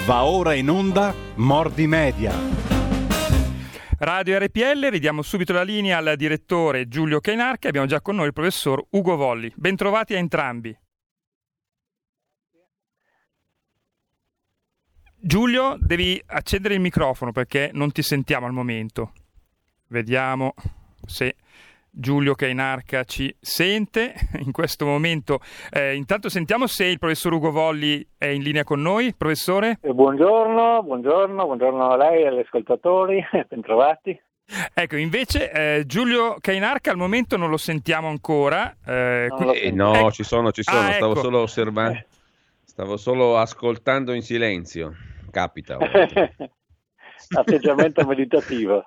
Va ora in onda Mordi Media. Radio RPL, ridiamo subito la linea al direttore Giulio Cainarca. Abbiamo già con noi il professor Ugo Volli. Bentrovati a entrambi. Giulio, devi accendere il microfono perché non ti sentiamo al momento. Vediamo se Giulio Cainarca ci sente in questo momento. Intanto sentiamo se il professor Ugo Volli è in linea con noi. Professore? Buongiorno a lei e agli ascoltatori, bentrovati. Ecco, invece Giulio Cainarca al momento non lo sentiamo ancora. No, ci sono. Stavo ecco. solo osservando, stavo solo ascoltando in silenzio. Capita. Atteggiamento meditativo.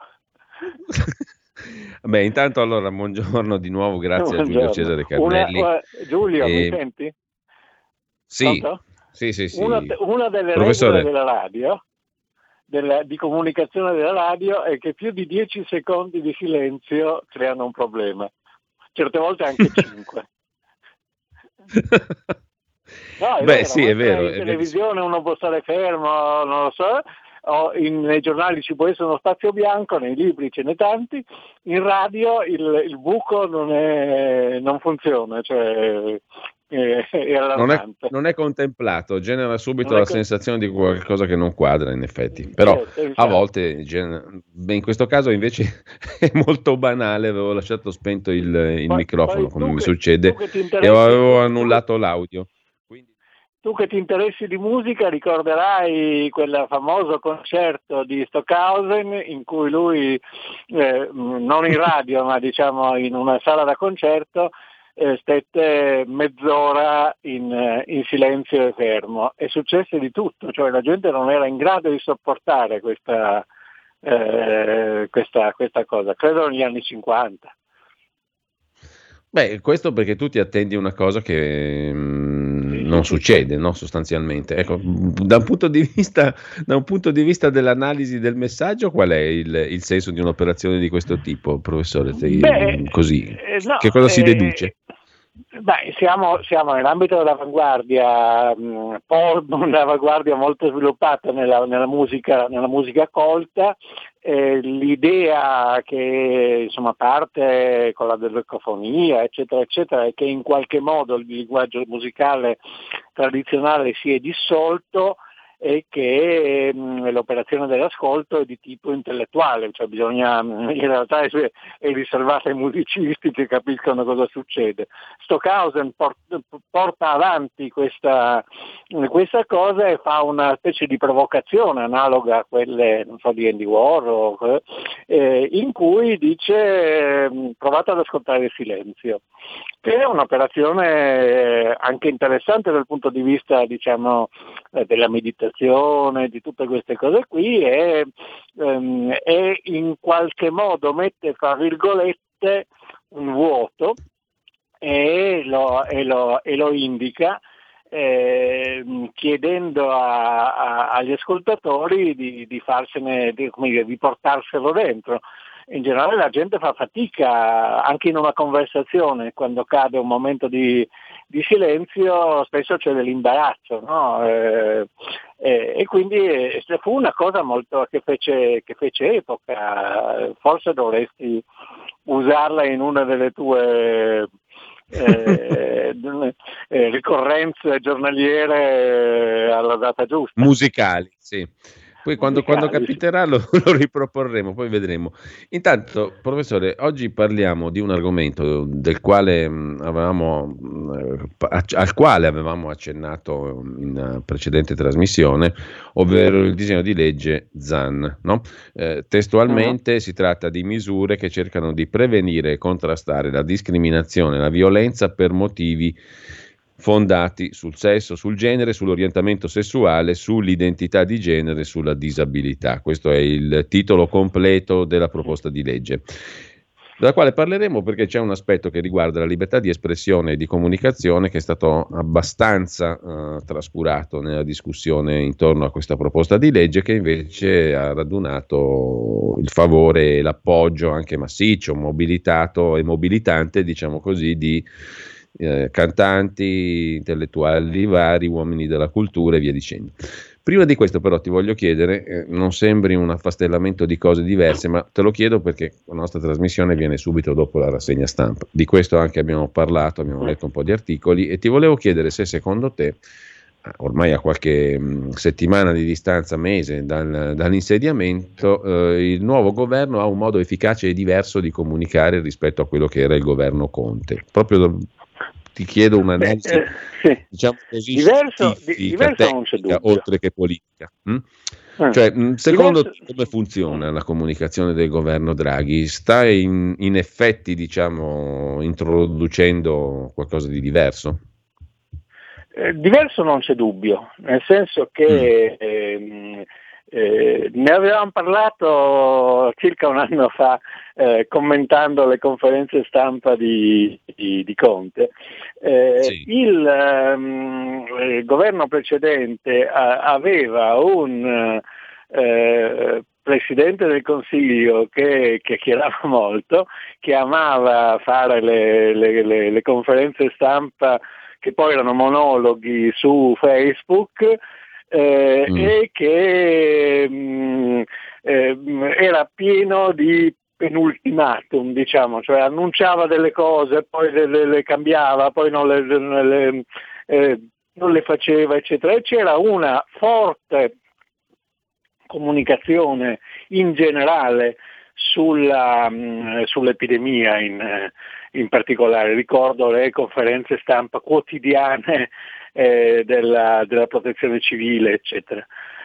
Beh, intanto allora buongiorno di nuovo, grazie a Giulio Cesare Carnelli. Giulio, mi senti? Sì. Pronto? Sì. Una delle regole della radio, di comunicazione della radio, è che più di 10 secondi di silenzio creano un problema, certe volte anche 5. No, è vero. In televisione uno può stare fermo, non lo so. Nei giornali ci può essere uno spazio bianco, nei libri ce n'è tanti, in radio il buco non funziona, cioè è allarmante. Non è contemplato, genera subito la sensazione di qualcosa che non quadra in effetti, però a volte, in questo caso invece è molto banale, avevo lasciato spento il microfono come mi succede e avevo annullato l'audio. Tu che ti interessi di musica ricorderai quel famoso concerto di Stockhausen in cui lui, non in radio ma diciamo in una sala da concerto, stette mezz'ora in silenzio e fermo. E successe di tutto, cioè la gente non era in grado di sopportare questa cosa, credo negli anni 50. Beh, questo perché tu ti attendi una cosa che non succede, no? Sostanzialmente. Ecco, da un punto di vista dell'analisi del messaggio, qual è il senso di un'operazione di questo tipo, professore? Così, no, che cosa si deduce? Beh, siamo nell'ambito dell'avanguardia, un'avanguardia molto sviluppata nella musica colta. L'idea che insomma parte con la dodecafonia eccetera eccetera è che in qualche modo il linguaggio musicale tradizionale si è dissolto e che l'operazione dell'ascolto è di tipo intellettuale, cioè in realtà è riservata ai musicisti che capiscono cosa succede. Stockhausen porta avanti questa cosa e fa una specie di provocazione analoga a quelle, non so, di Andy Warhol, in cui dice provate ad ascoltare il silenzio, che è un'operazione anche interessante dal punto di vista, diciamo, della meditazione, di tutte queste cose qui, e in qualche modo mette fra virgolette un vuoto e lo indica, chiedendo agli ascoltatori di farsene, di portarselo dentro. In generale la gente fa fatica, anche in una conversazione, quando cade un momento di silenzio, spesso c'è dell'imbarazzo, no? E quindi fu una cosa molto che fece epoca. Forse dovresti usarla in una delle tue ricorrenze giornaliere alla data giusta. Musicali, sì. Poi quando capiterà lo riproporremo, poi vedremo. Intanto, professore, oggi parliamo di un argomento al quale avevamo accennato in precedente trasmissione, ovvero il disegno di legge Zan, no? Testualmente si tratta di misure che cercano di prevenire e contrastare la discriminazione, la violenza per motivi fondati sul sesso, sul genere, sull'orientamento sessuale, sull'identità di genere, sulla disabilità. Questo è il titolo completo della proposta di legge, della quale parleremo perché c'è un aspetto che riguarda la libertà di espressione e di comunicazione che è stato abbastanza trascurato nella discussione intorno a questa proposta di legge, che invece ha radunato il favore e l'appoggio anche massiccio, mobilitato e mobilitante, diciamo così, di cantanti, intellettuali vari, uomini della cultura e via dicendo. Prima di questo però ti voglio chiedere, non sembri un affastellamento di cose diverse, ma te lo chiedo perché la nostra trasmissione viene subito dopo la rassegna stampa. Di questo anche abbiamo parlato, abbiamo letto un po' di articoli e ti volevo chiedere se secondo te, ormai a qualche settimana di distanza, mese dall'insediamento, il nuovo governo ha un modo efficace e diverso di comunicare rispetto a quello che era il governo Conte. Ti chiedo un'analisi, sì. diciamo così, diverso tecnica, non c'è dubbio, oltre che politica. Cioè, secondo te come funziona la comunicazione del governo Draghi? Sta in effetti, diciamo, introducendo qualcosa di diverso? Diverso non c'è dubbio, nel senso che ne avevamo parlato circa un anno fa, commentando le conferenze stampa di Conte. Sì. Il governo precedente aveva un Presidente del Consiglio che chiacchierava molto, che amava fare le conferenze stampa che poi erano monologhi su Facebook, e che era pieno di penultimatum, diciamo, cioè annunciava delle cose, poi le cambiava, poi non le faceva, eccetera. E c'era una forte comunicazione in generale sull'epidemia in particolare. Ricordo le conferenze stampa quotidiane della protezione civile, eccetera.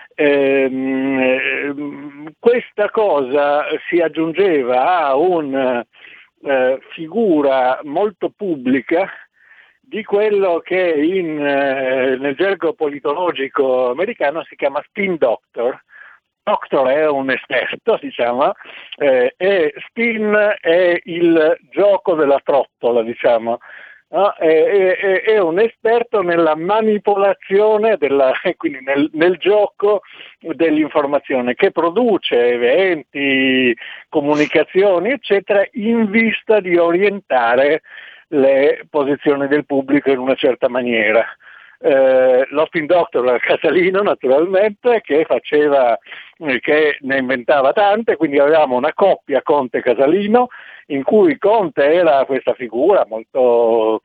Questa cosa si aggiungeva a una figura molto pubblica di quello che nel gergo politologico americano si chiama spin doctor. Doctor è un esperto, diciamo, e spin è il gioco della trottola, diciamo. No? È un esperto nella manipolazione, quindi nel gioco dell'informazione, che produce eventi, comunicazioni, eccetera, in vista di orientare le posizioni del pubblico in una certa maniera. Lo spin doctor era Casalino, naturalmente, che ne inventava tante, quindi avevamo una coppia Conte-Casalino, in cui Conte era questa figura molto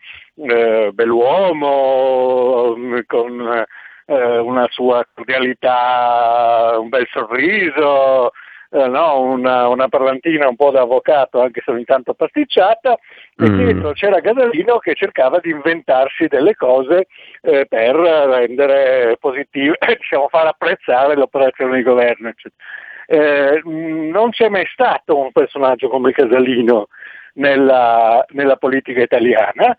bell'uomo, con una sua cordialità, un bel sorriso, una parlantina un po' da avvocato, anche se ogni tanto pasticciata, e dietro c'era Casalino che cercava di inventarsi delle cose per rendere positive, diciamo, far apprezzare l'operazione di governo, eccetera. Non c'è mai stato un personaggio come Casalino nella politica italiana.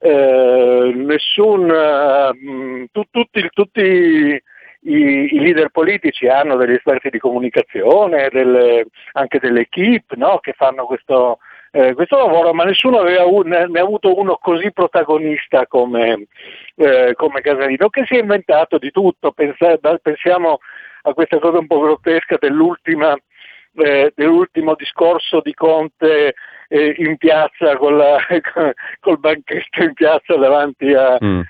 Tutti i leader politici hanno degli esperti di comunicazione, anche delle equip, no, che fanno questo lavoro, ma nessuno ne ha avuto uno così protagonista come Casalino, che si è inventato di tutto. Pensiamo a questa cosa un po' grottesca dell'ultimo discorso di Conte in piazza col banchetto in piazza davanti al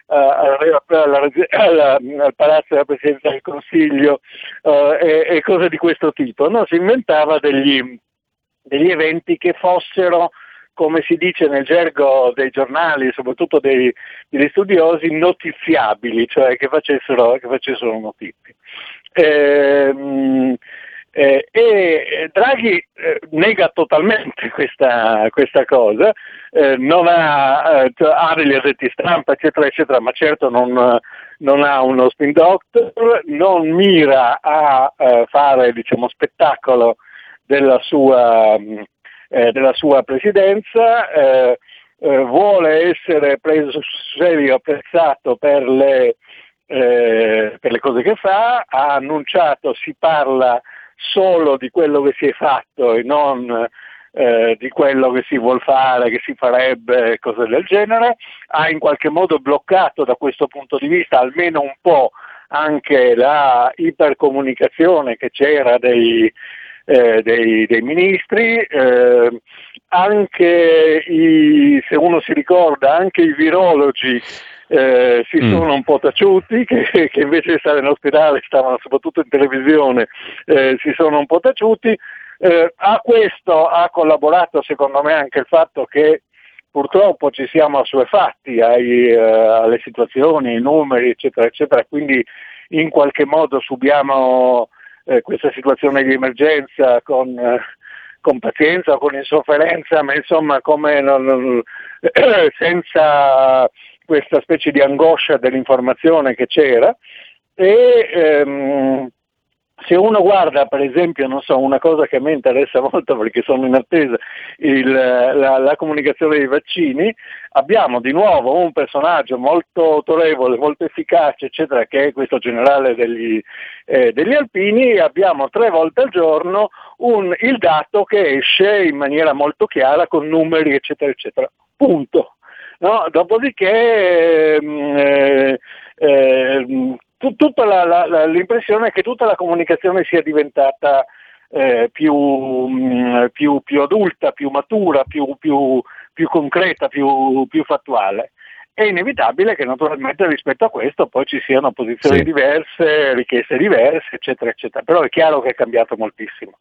palazzo della Presidenza del Consiglio, e cose di questo tipo, no? Si inventava degli eventi che fossero, come si dice nel gergo dei giornali, soprattutto degli studiosi, notiziabili, cioè che facessero notizie. E Draghi nega totalmente questa cosa, non ha degli addetti stampa, eccetera, eccetera, ma certo non ha uno spin doctor, non mira a fare, diciamo, spettacolo della sua presidenza, vuole essere preso sul serio, apprezzato per le cose che fa. Ha annunciato, si parla solo di quello che si è fatto e non di quello che si vuol fare, che si farebbe, cose del genere. Ha in qualche modo bloccato da questo punto di vista almeno un po' anche la ipercomunicazione che c'era dei ministri, anche se uno si ricorda, anche i virologi si sono un po' taciuti, che invece di stare in ospedale stavano soprattutto in televisione, si sono un po' taciuti. A questo ha collaborato secondo me anche il fatto che purtroppo ci siamo assuefatti alle situazioni, ai numeri, eccetera, eccetera, quindi in qualche modo subiamo questa situazione di emergenza con pazienza o con insofferenza, ma insomma senza questa specie di angoscia dell'informazione che c'era. E se uno guarda, per esempio, non so, una cosa che a me interessa molto perché sono in attesa, la comunicazione dei vaccini, abbiamo di nuovo un personaggio molto autorevole, molto efficace, eccetera, che è questo generale degli alpini. Abbiamo 3 volte al giorno il dato che esce in maniera molto chiara con numeri, eccetera, eccetera. Punto. No? Dopodiché l'impressione è che tutta la comunicazione sia diventata più adulta, più matura, più concreta, più fattuale. È inevitabile che naturalmente rispetto a questo poi ci siano posizioni diverse, richieste diverse, eccetera, eccetera. Però è chiaro che è cambiato moltissimo.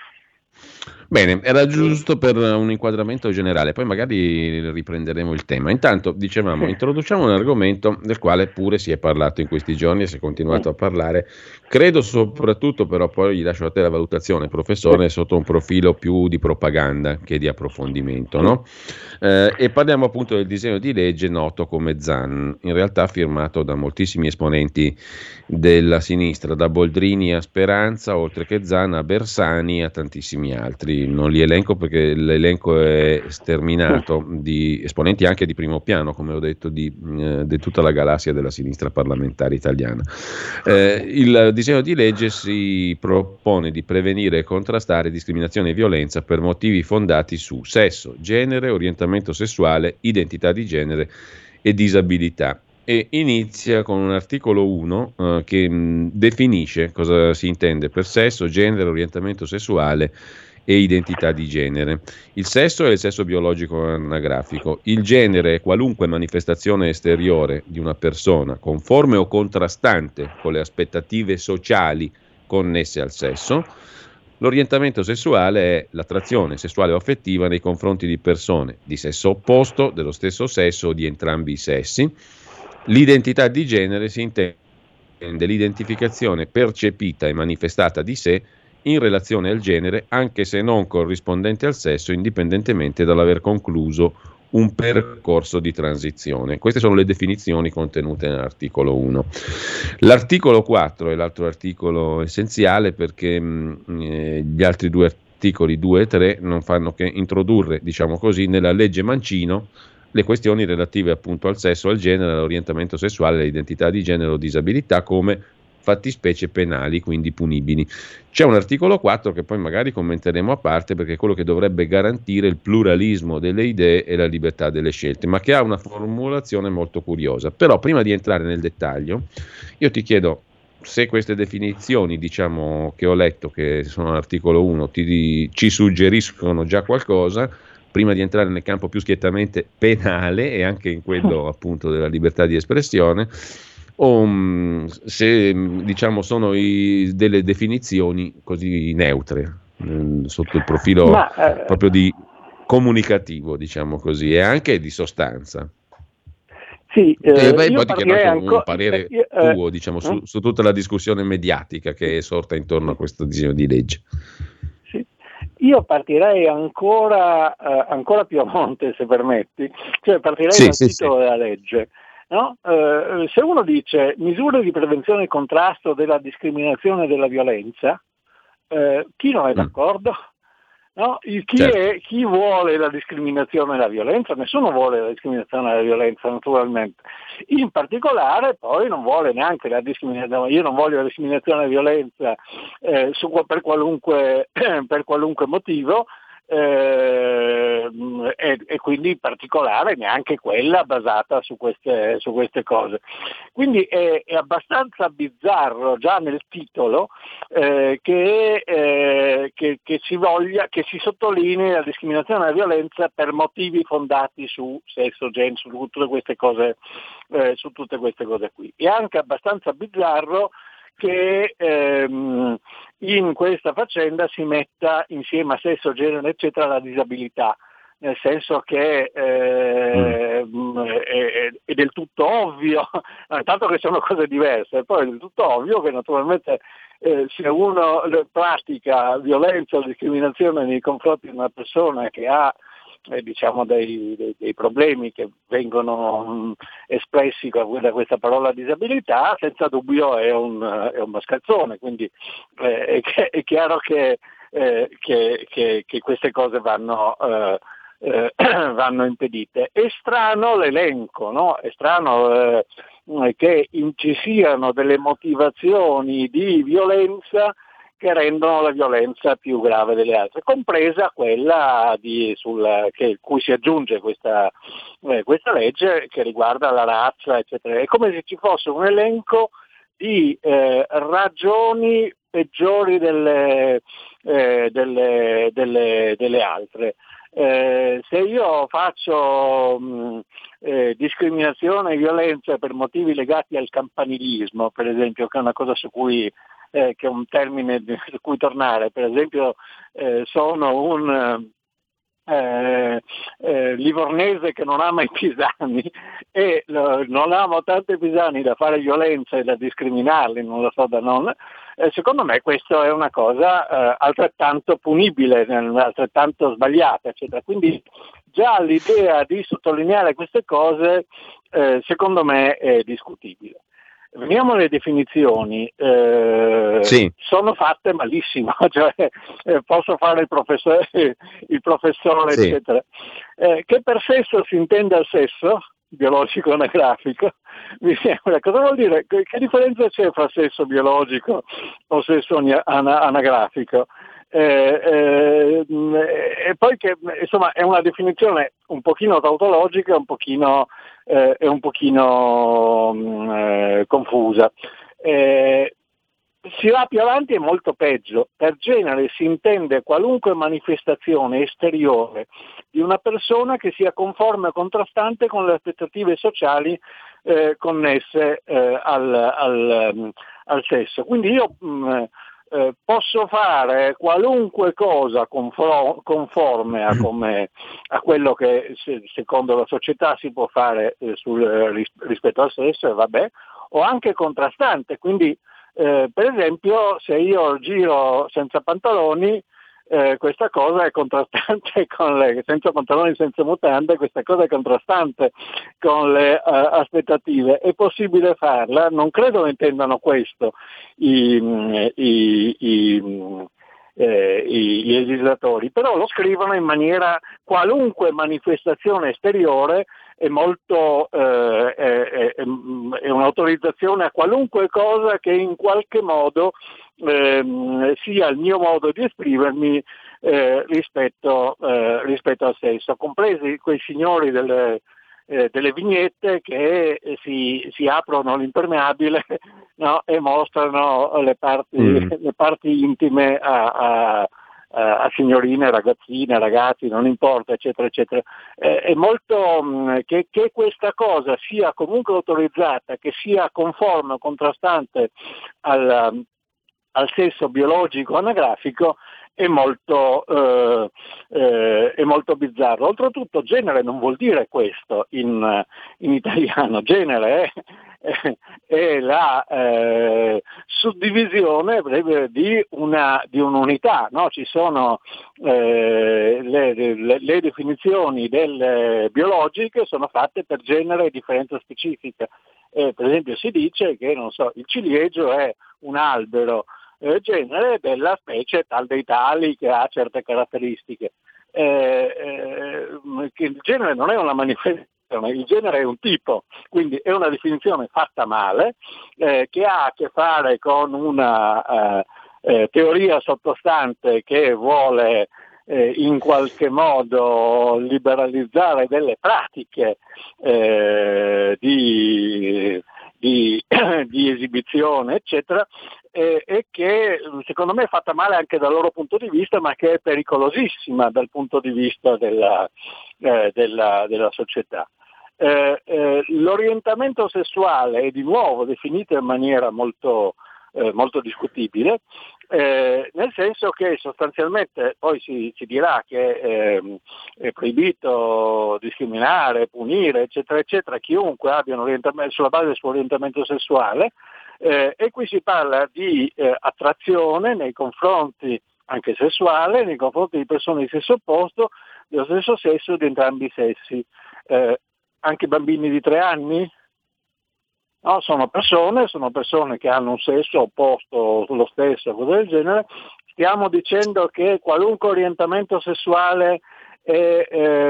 Bene, era giusto per un inquadramento generale, poi magari riprenderemo il tema. Intanto, dicevamo, introduciamo un argomento del quale pure si è parlato in questi giorni e si è continuato a parlare, credo soprattutto, però poi gli lascio a te la valutazione, professore, sotto un profilo più di propaganda che di approfondimento, no? E parliamo appunto del disegno di legge noto come ZAN, in realtà firmato da moltissimi esponenti della sinistra, da Boldrini a Speranza, oltre che ZAN a Bersani, a tantissimi altri. Non li elenco perché l'elenco è sterminato di esponenti anche di primo piano, come ho detto, di tutta la galassia della sinistra parlamentare italiana. Il disegno di legge si propone di prevenire e contrastare discriminazione e violenza per motivi fondati su sesso, genere, orientamento sessuale, identità di genere e disabilità. E inizia con un articolo 1 che definisce cosa si intende per sesso, genere, orientamento sessuale e identità di genere. Il sesso è il sesso biologico anagrafico, il genere è qualunque manifestazione esteriore di una persona, conforme o contrastante con le aspettative sociali connesse al sesso. L'orientamento sessuale è l'attrazione sessuale o affettiva nei confronti di persone di sesso opposto, dello stesso sesso o di entrambi i sessi. L'identità di genere si intende l'identificazione percepita e manifestata di sé in relazione al genere, anche se non corrispondente al sesso, indipendentemente dall'aver concluso un percorso di transizione. Queste sono le definizioni contenute nell'articolo 1. L'articolo 4 è l'altro articolo essenziale perché gli altri 2 articoli 2 e 3 non fanno che introdurre, diciamo così, nella legge Mancino le questioni relative appunto al sesso, al genere, all'orientamento sessuale, all'identità di genere o disabilità come fattispecie penali, quindi punibili. C'è un articolo 4 che poi magari commenteremo a parte perché è quello che dovrebbe garantire il pluralismo delle idee e la libertà delle scelte, ma che ha una formulazione molto curiosa. Però prima di entrare nel dettaglio, io ti chiedo se queste definizioni, diciamo, che ho letto, che sono all'articolo 1, ci suggeriscono già qualcosa, prima di entrare nel campo più schiettamente penale e anche in quello appunto della libertà di espressione, o se diciamo sono delle definizioni così neutre sotto il profilo proprio di comunicativo, diciamo così, e anche di sostanza. Sì, e poi ti chiedo anche un parere tuo, diciamo, su tutta la discussione mediatica che è sorta intorno a questo disegno di legge. Sì. Io partirei ancora più a monte, se permetti, cioè partirei dal titolo della legge. No? Se uno dice misure di prevenzione e contrasto della discriminazione e della violenza, chi non è d'accordo? No? Chi vuole la discriminazione e la violenza? Nessuno vuole la discriminazione e la violenza, naturalmente. In particolare poi non vuole neanche la discriminazione. Io non voglio la discriminazione e la violenza per qualunque motivo, e quindi in particolare neanche quella basata su queste cose. Quindi è abbastanza bizzarro già nel titolo che si sottolinei la discriminazione e la violenza per motivi fondati su sesso, genere, su tutte queste cose qui. È anche abbastanza bizzarro che in questa faccenda si metta insieme a sesso, genere, eccetera, la disabilità, nel senso che è del tutto ovvio, intanto che sono cose diverse, poi è del tutto ovvio che naturalmente se uno pratica violenza o discriminazione nei confronti di una persona che ha diciamo dei problemi che vengono espressi da questa parola disabilità, senza dubbio è un mascalzone, quindi è chiaro che queste cose vanno impedite. È strano l'elenco, no? È strano che ci siano delle motivazioni di violenza che rendono la violenza più grave delle altre, compresa quella cui si aggiunge questa legge che riguarda la razza, eccetera. È come se ci fosse un elenco di ragioni peggiori delle altre. Se io faccio discriminazione e violenza per motivi legati al campanilismo, per esempio, che è una cosa che è un termine su cui tornare, per esempio sono un livornese che non ama i pisani e non amo tanto i pisani da fare violenza e da discriminarli, non lo so, secondo me questo è una cosa altrettanto punibile, altrettanto sbagliata, eccetera. Quindi già l'idea di sottolineare queste cose secondo me è discutibile. Veniamo alle definizioni, sì. Sono fatte malissimo, cioè posso fare il professore sì. Eccetera. Che per sesso si intenda il sesso biologico anagrafico, mi sembra, cosa vuol dire? Che differenza c'è fra sesso biologico o sesso anagrafico? E poi che insomma è una definizione un pochino tautologica, un pochino confusa. Si va più avanti e molto peggio. Per genere si intende qualunque manifestazione esteriore di una persona che sia conforme o contrastante con le aspettative sociali connesse al sesso. Quindi io posso fare qualunque cosa conforme a quello che secondo la società si può fare rispetto al sesso, e vabbè, o anche contrastante. Quindi per esempio se io giro senza pantaloni, questa cosa è contrastante senza pantaloni, senza mutande, questa cosa è contrastante con le aspettative. È possibile farla? Non credo intendano questo i legislatori, però lo scrivono in maniera: qualunque manifestazione esteriore è un'autorizzazione a qualunque cosa che in qualche modo sia il mio modo di esprimermi rispetto al sesso, compresi quei signori delle vignette che si aprono l'impermeabile, no, e mostrano le parti intime a signorine, ragazzine, ragazzi, non importa, eccetera, eccetera. È molto che questa cosa sia comunque autorizzata, che sia conforme o contrastante al sesso biologico anagrafico, è molto bizzarro. Oltretutto genere non vuol dire questo in italiano. Genere è la suddivisione di un'unità, no? Ci sono le definizioni biologiche sono fatte per genere e differenza specifica. Per esempio si dice che, non so, il ciliegio è un albero genere della specie tal dei tali, che ha certe caratteristiche. Che il genere non è una manifestazione, il genere è un tipo, quindi è una definizione fatta male, che ha a che fare con una teoria sottostante che vuole in qualche modo liberalizzare delle pratiche di esibizione, eccetera, e che secondo me è fatta male anche dal loro punto di vista, ma che è pericolosissima dal punto di vista della società. L'orientamento sessuale è di nuovo definito in maniera molto discutibile, nel senso che sostanzialmente poi si dirà che è proibito discriminare, punire, eccetera, eccetera, chiunque abbia un orientamento sulla base del suo orientamento sessuale, e qui si parla di attrazione nei confronti, anche sessuale, nei confronti di persone di sesso opposto, dello stesso sesso e di entrambi i sessi. Anche bambini di 3 anni? No, sono persone che hanno un sesso opposto, lo stesso, cose del genere. Stiamo dicendo che qualunque orientamento sessuale è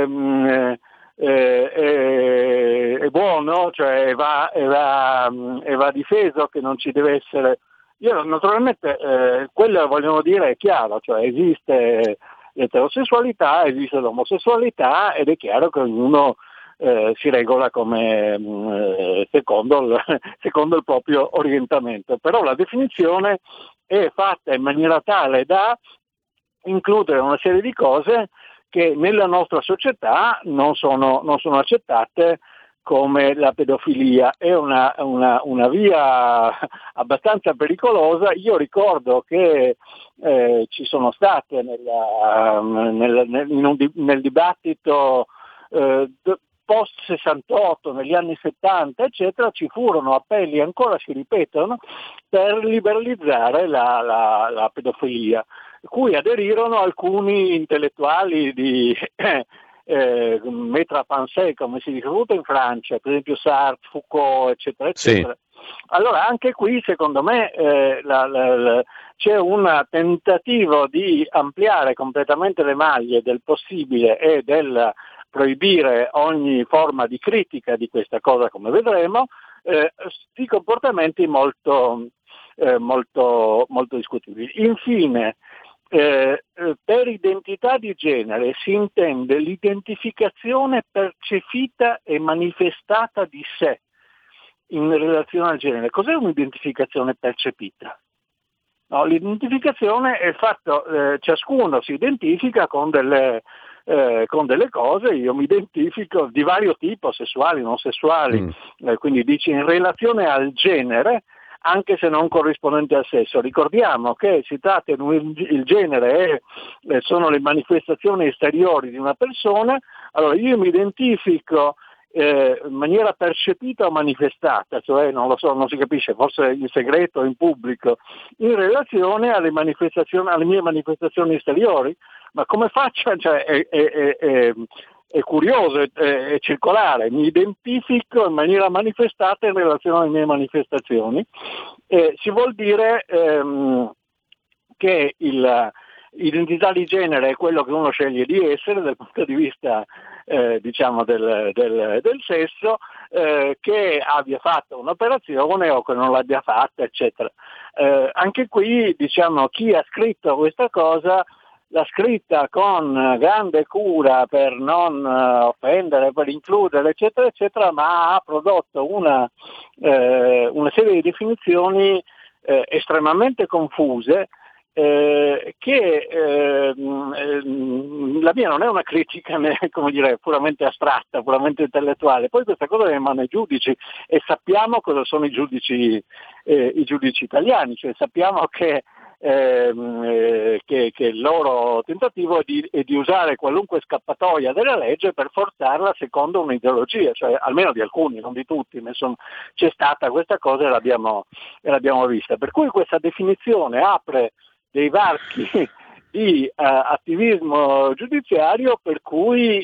buono, cioè va difeso, che non ci deve essere. Io naturalmente quello vogliono dire è chiaro, cioè esiste l'eterosessualità, esiste l'omosessualità ed è chiaro che ognuno si regola come secondo il proprio orientamento, però la definizione è fatta in maniera tale da includere una serie di cose che nella nostra società non sono accettate, come la pedofilia. È una via abbastanza pericolosa. Io ricordo che ci sono state nel dibattito post 68, negli anni 70, eccetera, ci furono appelli, ancora si ripetono, per liberalizzare la pedofilia, cui aderirono alcuni intellettuali di Maître Pensée, come si dice, in Francia, per esempio Sartre, Foucault, eccetera, eccetera. Sì. Allora anche qui secondo me c'è un tentativo di ampliare completamente le maglie del possibile e del proibire ogni forma di critica di questa cosa, come vedremo, di comportamenti molto discutibili. Infine, per identità di genere si intende l'identificazione percepita e manifestata di sé in relazione al genere. Cos'è un'identificazione percepita? No, l'identificazione è il fatto, ciascuno si identifica con delle cose. Io mi identifico di vario tipo, sessuali, non sessuali, quindi dici in relazione al genere, anche se non corrispondente al sesso. Ricordiamo che si tratta il genere sono le manifestazioni esteriori di una persona. Allora io mi identifico in maniera percepita o manifestata, cioè non lo so, non si capisce, forse in segreto o in pubblico, in relazione alle mie manifestazioni esteriori. Ma come faccio? Cioè, è curioso, è circolare, mi identifico in maniera manifestata in relazione alle mie manifestazioni. Si vuol dire che l'identità di genere è quello che uno sceglie di essere dal punto di vista diciamo del sesso, che abbia fatto un'operazione o che non l'abbia fatta, eccetera. Anche qui diciamo chi ha scritto questa cosa l'ha scritta con grande cura per non offendere, per includere, eccetera, eccetera, ma ha prodotto una serie di definizioni estremamente confuse, che la mia non è una critica, come dire, puramente astratta, puramente intellettuale. Poi questa cosa è in mano ai giudici e sappiamo cosa sono i giudici italiani, cioè sappiamo che il loro tentativo è di usare qualunque scappatoia della legge per forzarla secondo un'ideologia, cioè almeno di alcuni, non di tutti, ma insomma c'è stata questa cosa e l'abbiamo vista. Per cui questa definizione apre dei varchi di attivismo giudiziario, per cui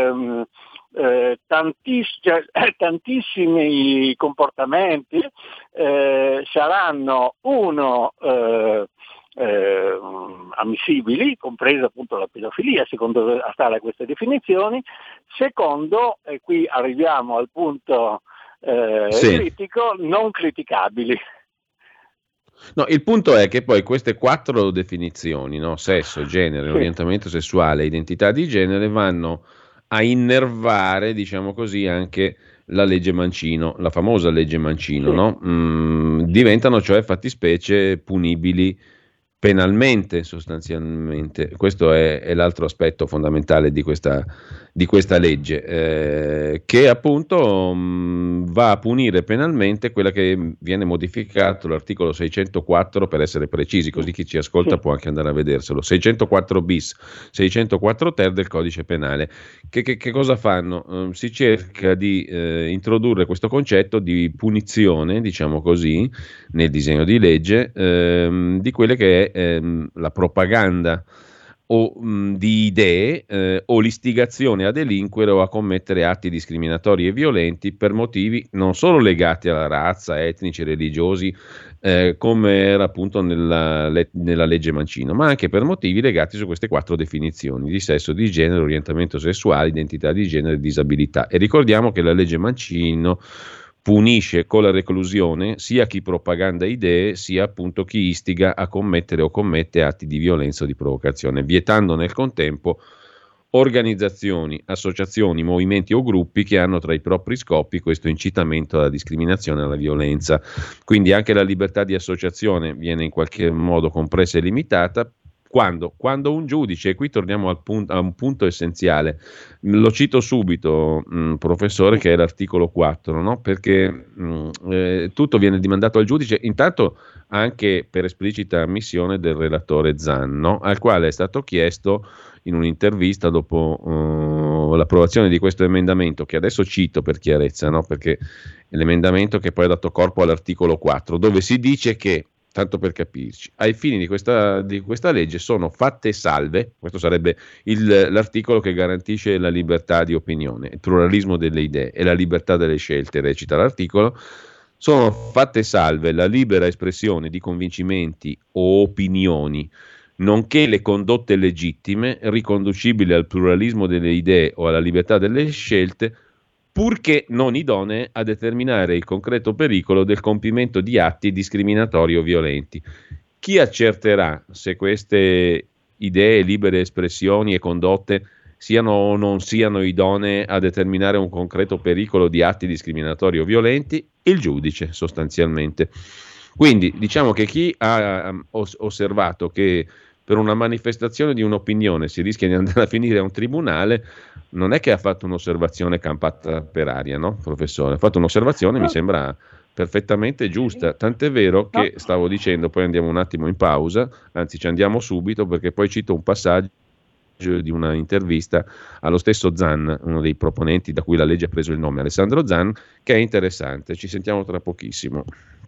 tantissimi comportamenti saranno ammissibili, compresa appunto la pedofilia, secondo stare a queste definizioni. Secondo, e qui arriviamo al punto critico, non criticabili. No, il punto è che poi queste 4 definizioni, no? Sesso, genere, orientamento sessuale, identità di genere, vanno a innervare, diciamo così, anche la legge Mancino, la famosa legge Mancino, no? Diventano cioè fattispecie punibili penalmente, sostanzialmente. Questo è l'altro aspetto fondamentale di questa legge, che appunto va a punire penalmente quella che viene modificato l'articolo 604, per essere precisi, così chi ci ascolta può anche andare a vederselo. 604 bis, 604 ter del codice penale. Che cosa fanno? Si cerca di introdurre questo concetto di punizione, diciamo così, nel disegno di legge, di quelle che è la propaganda o di idee o l'istigazione a delinquere o a commettere atti discriminatori e violenti per motivi non solo legati alla razza, etnici, religiosi, come era appunto nella legge Mancino, ma anche per motivi legati su queste 4 definizioni di sesso, di genere, orientamento sessuale, identità di genere e disabilità. E ricordiamo che la legge Mancino punisce con la reclusione sia chi propaganda idee, sia appunto chi istiga a commettere o commette atti di violenza o di provocazione, vietando nel contempo organizzazioni, associazioni, movimenti o gruppi che hanno tra i propri scopi questo incitamento alla discriminazione e alla violenza. Quindi anche la libertà di associazione viene in qualche modo compressa e limitata. Quando un giudice, e qui torniamo a un punto essenziale, lo cito subito, professore, che è l'articolo 4, no? Perché tutto viene dimandato al giudice, intanto anche per esplicita ammissione del relatore Zan, no? Al quale è stato chiesto in un'intervista dopo l'approvazione di questo emendamento, che adesso cito per chiarezza, no? Perché è l'emendamento che poi ha dato corpo all'articolo 4, dove si dice che, tanto per capirci, ai fini di questa legge sono fatte salve, questo sarebbe l'articolo che garantisce la libertà di opinione, il pluralismo delle idee e la libertà delle scelte, recita l'articolo, sono fatte salve la libera espressione di convincimenti o opinioni, nonché le condotte legittime riconducibili al pluralismo delle idee o alla libertà delle scelte, purché non idonee a determinare il concreto pericolo del compimento di atti discriminatori o violenti. Chi accerterà se queste idee, libere espressioni e condotte siano o non siano idonee a determinare un concreto pericolo di atti discriminatori o violenti? Il giudice, sostanzialmente. Quindi diciamo che chi ha osservato che per una manifestazione di un'opinione si rischia di andare a finire a un tribunale, non è che ha fatto un'osservazione campata per aria, no, professore? Ha fatto un'osservazione, mi sembra perfettamente giusta, tant'è vero che stavo dicendo, poi andiamo un attimo in pausa, anzi ci andiamo subito, perché poi cito un passaggio di una intervista allo stesso Zan, uno dei proponenti da cui la legge ha preso il nome, Alessandro Zan, che è interessante. Ci sentiamo tra pochissimo.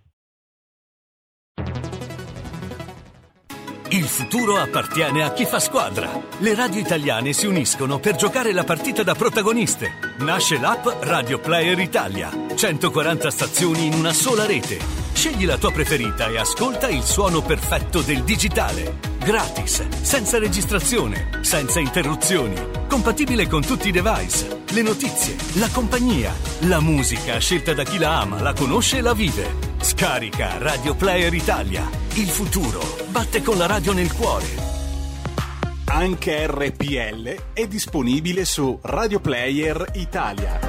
Il futuro appartiene a chi fa squadra. Le radio italiane si uniscono per giocare la partita da protagoniste. Nasce l'app Radio Player Italia. 140 stazioni in una sola rete. Scegli la tua preferita e ascolta il suono perfetto del digitale. Gratis, senza registrazione, senza interruzioni. Compatibile con tutti i device. Le notizie, la compagnia, la musica scelta da chi la ama, la conosce e la vive. Scarica Radio Player Italia. Il futuro batte con la radio nel cuore. Anche RPL è disponibile su Radio Player Italia.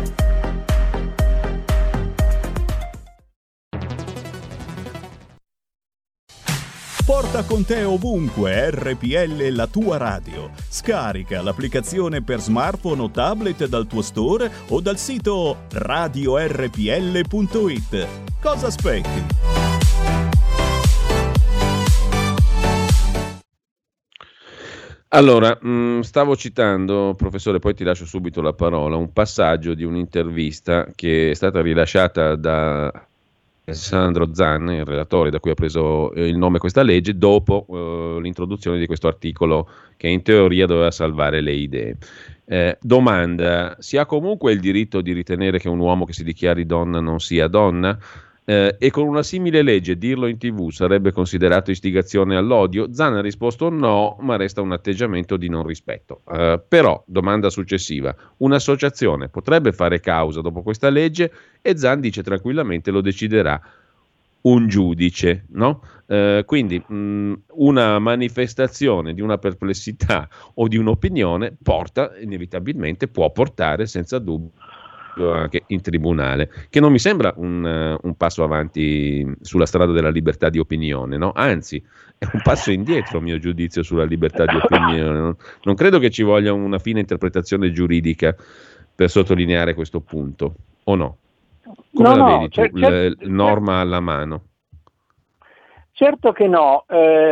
Porta con te ovunque RPL, la tua radio. Scarica l'applicazione per smartphone o tablet dal tuo store o dal sito radiorpl.it. Cosa aspetti? Allora, stavo citando, professore, poi ti lascio subito la parola, un passaggio di un'intervista che è stata rilasciata da Alessandro Zan, il relatore da cui ha preso il nome questa legge, dopo l'introduzione di questo articolo che in teoria doveva salvare le idee. Domanda: si ha comunque il diritto di ritenere che un uomo che si dichiari donna non sia donna? E con una simile legge dirlo in TV sarebbe considerato istigazione all'odio? Zan ha risposto no, ma resta un atteggiamento di non rispetto. Però, domanda successiva, un'associazione potrebbe fare causa dopo questa legge? E Zan dice tranquillamente lo deciderà un giudice, no? Quindi una manifestazione di una perplessità o di un'opinione può portare senza dubbio anche in tribunale, che non mi sembra un passo avanti sulla strada della libertà di opinione, no? Anzi, è un passo indietro a mio giudizio sulla libertà di opinione. No? Non credo che ci voglia una fine interpretazione giuridica per sottolineare questo punto, o no? Come la vedi tu, norma alla mano? Certo che no,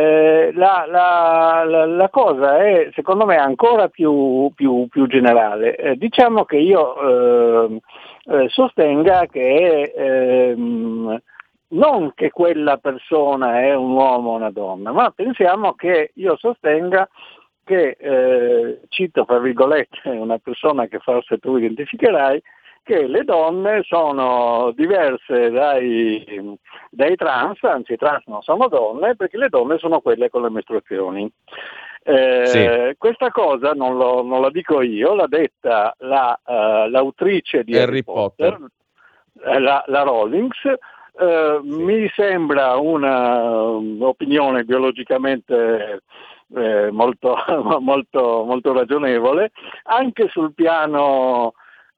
la cosa è secondo me ancora più generale. Diciamo che io sostenga che non che quella persona è un uomo o una donna, ma pensiamo che io sostenga che, cito fra virgolette una persona che forse tu identificherai, che le donne sono diverse dai trans, anzi i trans non sono donne, perché le donne sono quelle con le mestruazioni. Sì. Questa cosa non la dico io, l'ha detta l'autrice di Harry Potter. La Rowling. Sì. Mi sembra un'opinione biologicamente molto, molto, molto ragionevole, anche sul piano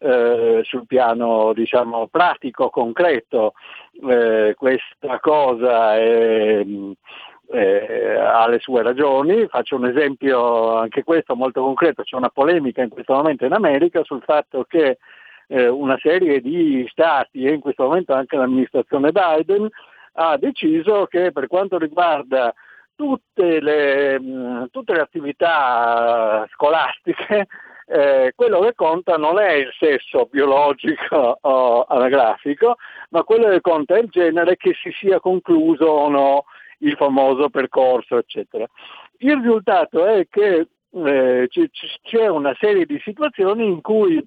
diciamo pratico, concreto. Questa cosa ha le sue ragioni. Faccio un esempio anche questo molto concreto. C'è una polemica in questo momento in America sul fatto che una serie di stati, e in questo momento anche l'amministrazione Biden, ha deciso che per quanto riguarda tutte le attività scolastiche, quello che conta non è il sesso biologico o anagrafico, ma quello che conta è il genere, che si sia concluso o no il famoso percorso, eccetera. Il risultato è che c'è una serie di situazioni in cui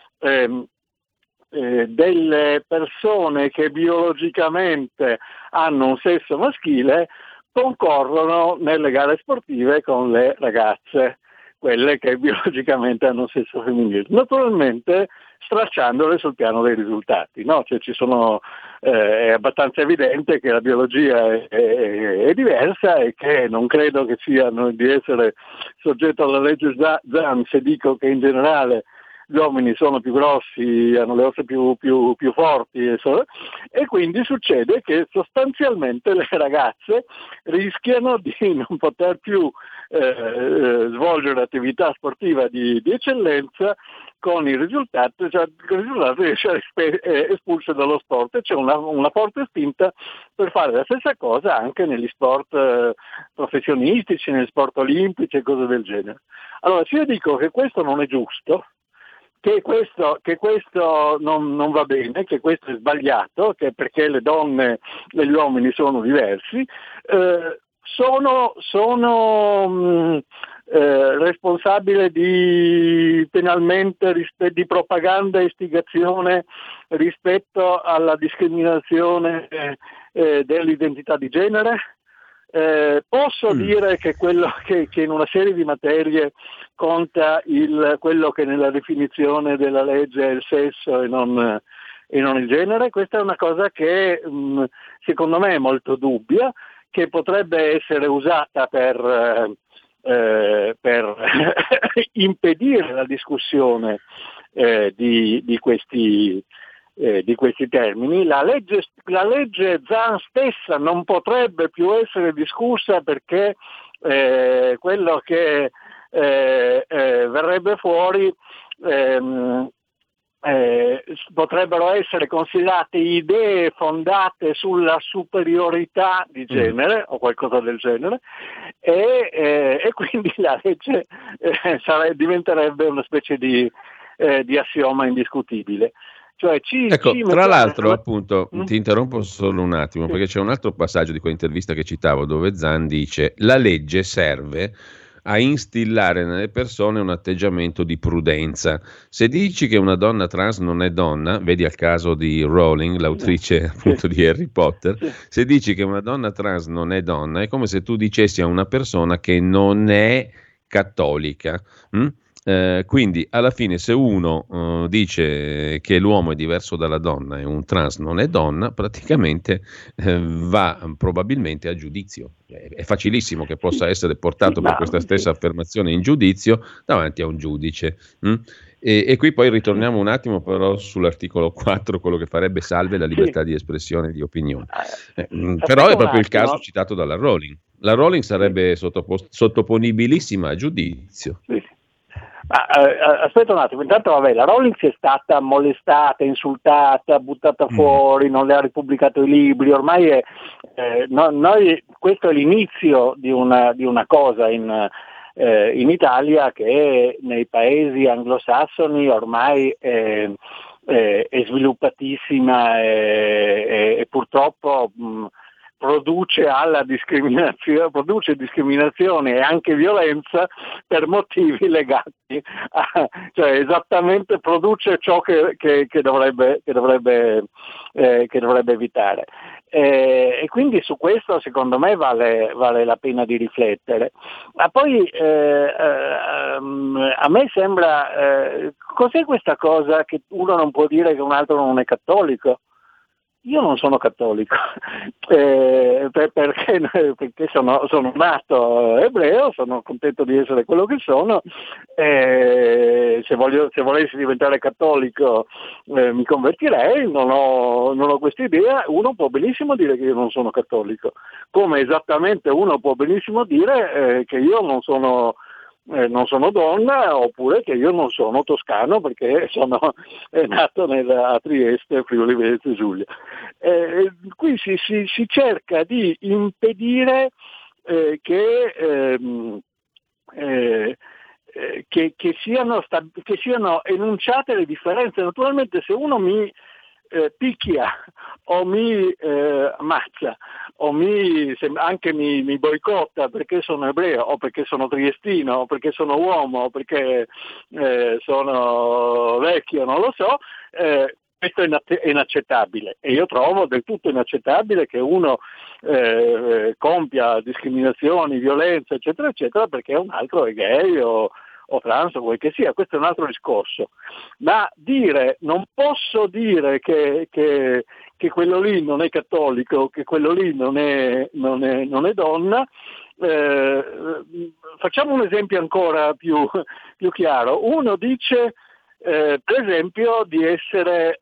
delle persone che biologicamente hanno un sesso maschile concorrono nelle gare sportive con le ragazze, quelle che biologicamente hanno un sesso femminile, naturalmente stracciandole sul piano dei risultati, no? Cioè è abbastanza evidente che la biologia è diversa, e che non credo che siano di essere soggetto alla legge Zan se dico che in generale gli uomini sono più grossi, hanno le ossa più forti, e quindi succede che sostanzialmente le ragazze rischiano di non poter più svolgere attività sportiva di eccellenza, con il risultato di essere espulse dallo sport. E c'è una forte spinta per fare la stessa cosa anche negli sport professionistici, negli sport olimpici e cose del genere. Allora, se io dico che questo non è giusto, che questo non va bene, che questo è sbagliato, che perché le donne e gli uomini sono diversi, sono responsabile penalmente di propaganda e istigazione rispetto alla discriminazione dell'identità di genere? Posso dire che quello che in una serie di materie conta quello che nella definizione della legge è il sesso e non il genere? Questa è una cosa che secondo me è molto dubbia, che potrebbe essere usata per impedire la discussione di questi termini. La legge Zan stessa non potrebbe più essere discussa, perché quello che verrebbe fuori potrebbero essere considerate idee fondate sulla superiorità di genere o qualcosa del genere, e quindi la legge diventerebbe una specie di assioma indiscutibile. Cioè tra l'altro, appunto, ti interrompo solo un attimo, perché c'è un altro passaggio di quell'intervista che citavo dove Zan dice: la legge serve a instillare nelle persone un atteggiamento di prudenza. Se dici che una donna trans non è donna, vedi al caso di Rowling, l'autrice appunto di Harry Potter, se dici che una donna trans non è donna, è come se tu dicessi a una persona che non è cattolica, Quindi alla fine se uno dice che l'uomo è diverso dalla donna e un trans non è donna, praticamente va probabilmente a giudizio. È facilissimo che possa essere portato per questa stessa affermazione in giudizio davanti a un giudice. E qui poi ritorniamo un attimo però sull'articolo 4, quello che farebbe salve la libertà di espressione e di opinione. Però è proprio il caso citato dalla Rowling. La Rowling sarebbe sottoponibilissima a giudizio. Sì. Aspetta un attimo, intanto la Rowling è stata molestata, insultata, buttata fuori, non le ha ripubblicato i libri, ormai questo è l'inizio di una cosa in Italia che nei paesi anglosassoni ormai è sviluppatissima e purtroppo produce discriminazione e anche violenza per motivi legati cioè esattamente produce ciò che dovrebbe evitare. E quindi su questo secondo me vale la pena di riflettere. Ma poi a me sembra cos'è questa cosa che uno non può dire che un altro non è cattolico? Io non sono cattolico, perché sono nato ebreo, sono contento di essere quello che sono, se volessi diventare cattolico mi convertirei, non ho questa idea. Uno può benissimo dire che io non sono cattolico, come esattamente uno può benissimo dire che io non sono donna, oppure che io non sono toscano perché sono nato a Trieste, Friuli Venezia Giulia. Qui si cerca di impedire che siano enunciate le differenze. Naturalmente se uno mi picchia o mi ammazza o anche mi boicotta perché sono ebreo o perché sono triestino o perché sono uomo o perché sono vecchio, non lo so, questo è inaccettabile, e io trovo del tutto inaccettabile che uno compia discriminazioni, violenza eccetera eccetera perché un altro è gay o trans o quel che sia. Questo è un altro discorso, ma non posso dire che quello lì non è cattolico, che quello lì non è donna. Facciamo un esempio ancora più chiaro. Uno dice per esempio di essere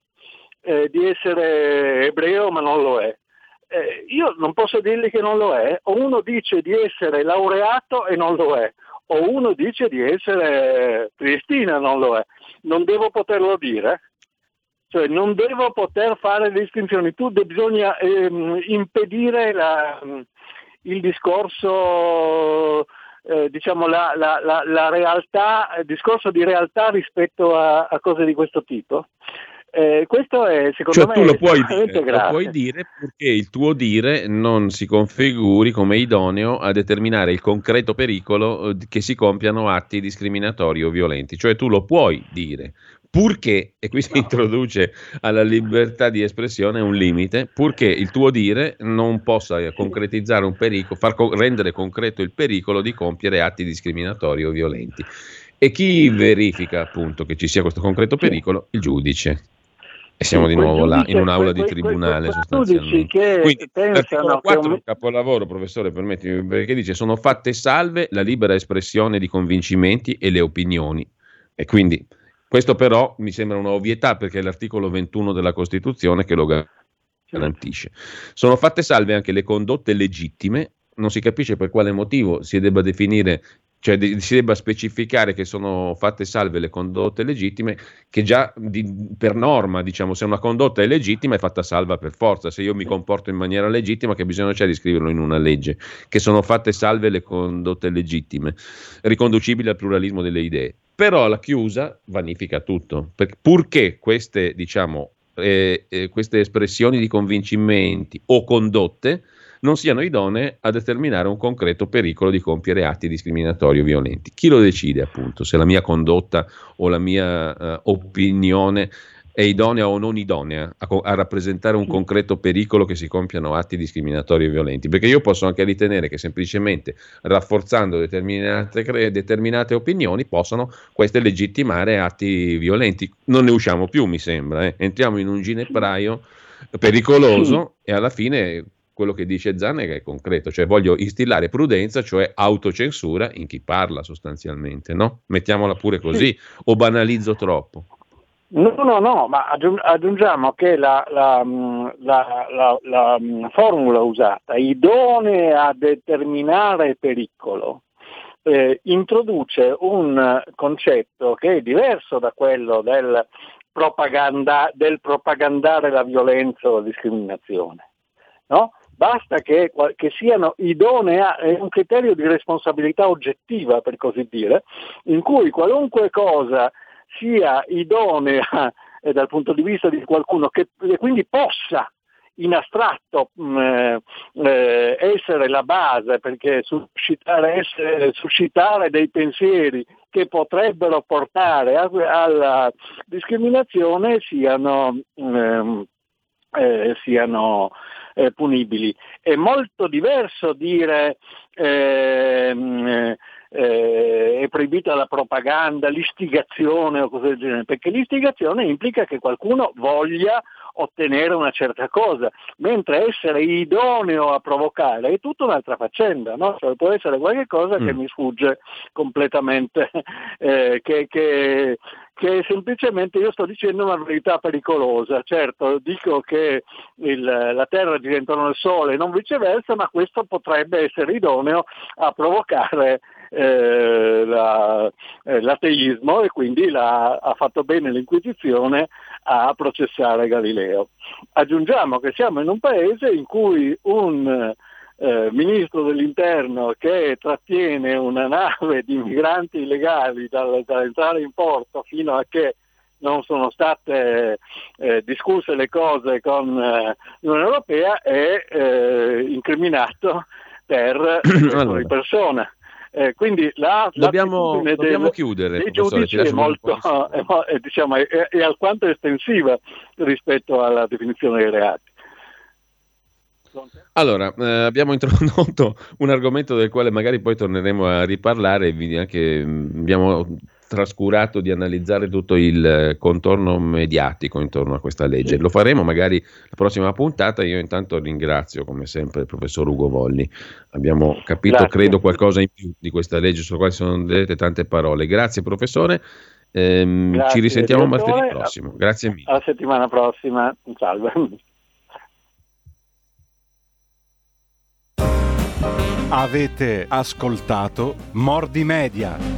ebreo ma non lo è. Io non posso dirgli che non lo è, o uno dice di essere laureato e non lo è, o uno dice di essere triestina e non lo è. Non devo poterlo dire? Cioè non devo poter fare le distinzioni. Bisogna impedire il discorso, diciamo la realtà, il discorso di realtà rispetto a cose di questo tipo. Questo è secondo me tu lo puoi dire perché il tuo dire non si configuri come idoneo a determinare il concreto pericolo che si compiano atti discriminatori o violenti. Cioè tu lo puoi dire, purché, e qui si introduce alla libertà di espressione un limite, purché il tuo dire non possa concretizzare un pericolo, rendere concreto il pericolo di compiere atti discriminatori o violenti. E chi verifica appunto che ci sia questo concreto pericolo? Il giudice. E siamo di nuovo là, in un'aula di tribunale sostanzialmente. Quindi l'articolo 4 è un capolavoro, professore, permettimi, perché dice: sono fatte salve la libera espressione di convincimenti e le opinioni. E quindi questo però mi sembra una ovvietà, perché è l'articolo 21 della Costituzione che lo garantisce. Sono fatte salve anche le condotte legittime, non si capisce per quale motivo si debba definire, cioè si debba specificare che sono fatte salve le condotte legittime, che già per norma, diciamo, se una condotta è legittima è fatta salva per forza. Se io mi comporto in maniera legittima, che bisogno c'è di scriverlo in una legge? Che sono fatte salve le condotte legittime, riconducibili al pluralismo delle idee. Però la chiusa vanifica tutto, purché queste, diciamo, queste espressioni di convincimenti o condotte non siano idonee a determinare un concreto pericolo di compiere atti discriminatori o violenti. Chi lo decide, appunto, se la mia condotta o la mia opinione è idonea o non idonea a rappresentare un concreto pericolo che si compiano atti discriminatori e violenti, perché io posso anche ritenere che semplicemente rafforzando determinate opinioni possano queste legittimare atti violenti. Non ne usciamo più, mi sembra, entriamo in un ginepraio pericoloso e alla fine quello che dice Zan è concreto, cioè voglio instillare prudenza, cioè autocensura in chi parla sostanzialmente, no? Mettiamola pure così, o banalizzo troppo? No, ma aggiungiamo che la formula usata, idonea a determinare pericolo, introduce un concetto che è diverso da quello del propagandare la violenza o la discriminazione, no? Basta che siano idonea, è un criterio di responsabilità oggettiva, per così dire, in cui qualunque cosa sia idonea dal punto di vista di qualcuno che quindi possa in astratto essere la base, perché suscitare dei pensieri che potrebbero portare alla discriminazione siano punibili. È molto diverso dire è proibita la propaganda, l'istigazione o cose del genere, perché l'istigazione implica che qualcuno voglia ottenere una certa cosa, mentre essere idoneo a provocare è tutta un'altra faccenda, no? Cioè, può essere qualche cosa che mi sfugge completamente, che semplicemente io sto dicendo una verità pericolosa. Certo, dico che la Terra gira intorno al Sole e non viceversa, ma questo potrebbe essere idoneo a provocare l'ateismo, e quindi ha fatto bene l'Inquisizione a processare Galileo. Aggiungiamo che siamo in un paese in cui un ministro dell'interno che trattiene una nave di migranti illegali dall'entrare in porto fino a che non sono state discusse le cose con l'Unione Europea è incriminato per questo di persona. Quindi dobbiamo chiudere, dei giudici è molto è alquanto estensiva rispetto alla definizione dei reati. Allora, abbiamo introdotto un argomento del quale magari poi torneremo a riparlare, abbiamo trascurato di analizzare tutto il contorno mediatico intorno a questa legge. Lo faremo magari la prossima puntata. Io intanto ringrazio come sempre il professor Ugo Volli. Abbiamo capito, credo, qualcosa in più di questa legge sulla quale sono dette tante parole. Grazie professore, ci risentiamo martedì prossimo. Grazie mille. Alla settimana prossima, salve. Avete ascoltato Mordi Media.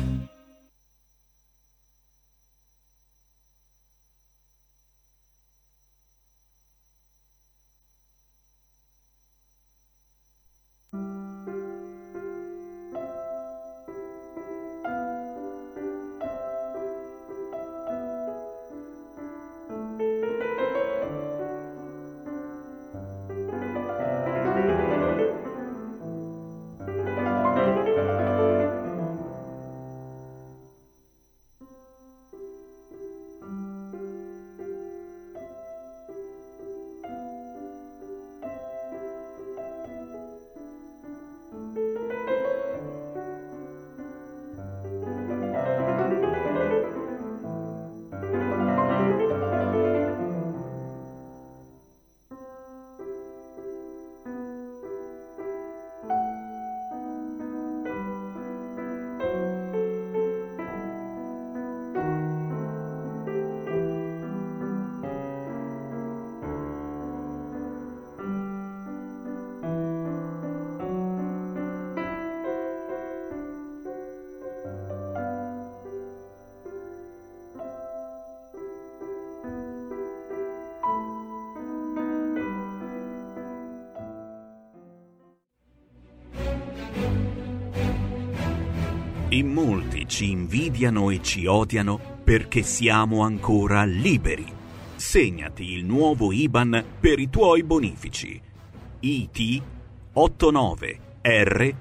In molti ci invidiano e ci odiano perché siamo ancora liberi. Segnati il nuovo IBAN per i tuoi bonifici. IT 89 R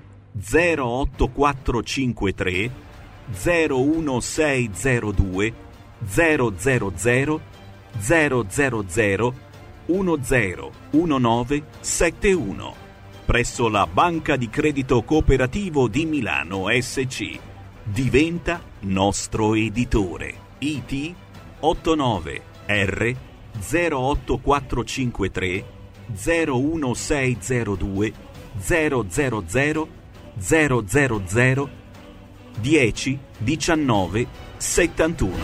08453 01602 000 000 101971 presso la Banca di Credito Cooperativo di Milano SC. Diventa nostro editore. IT 89 R 08453 01602 000 000 10 19 71.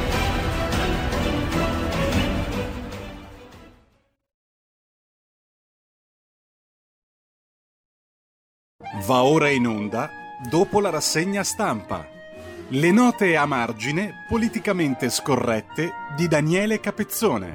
Va ora in onda, dopo la rassegna stampa, le note a margine politicamente scorrette di Daniele Capezzone.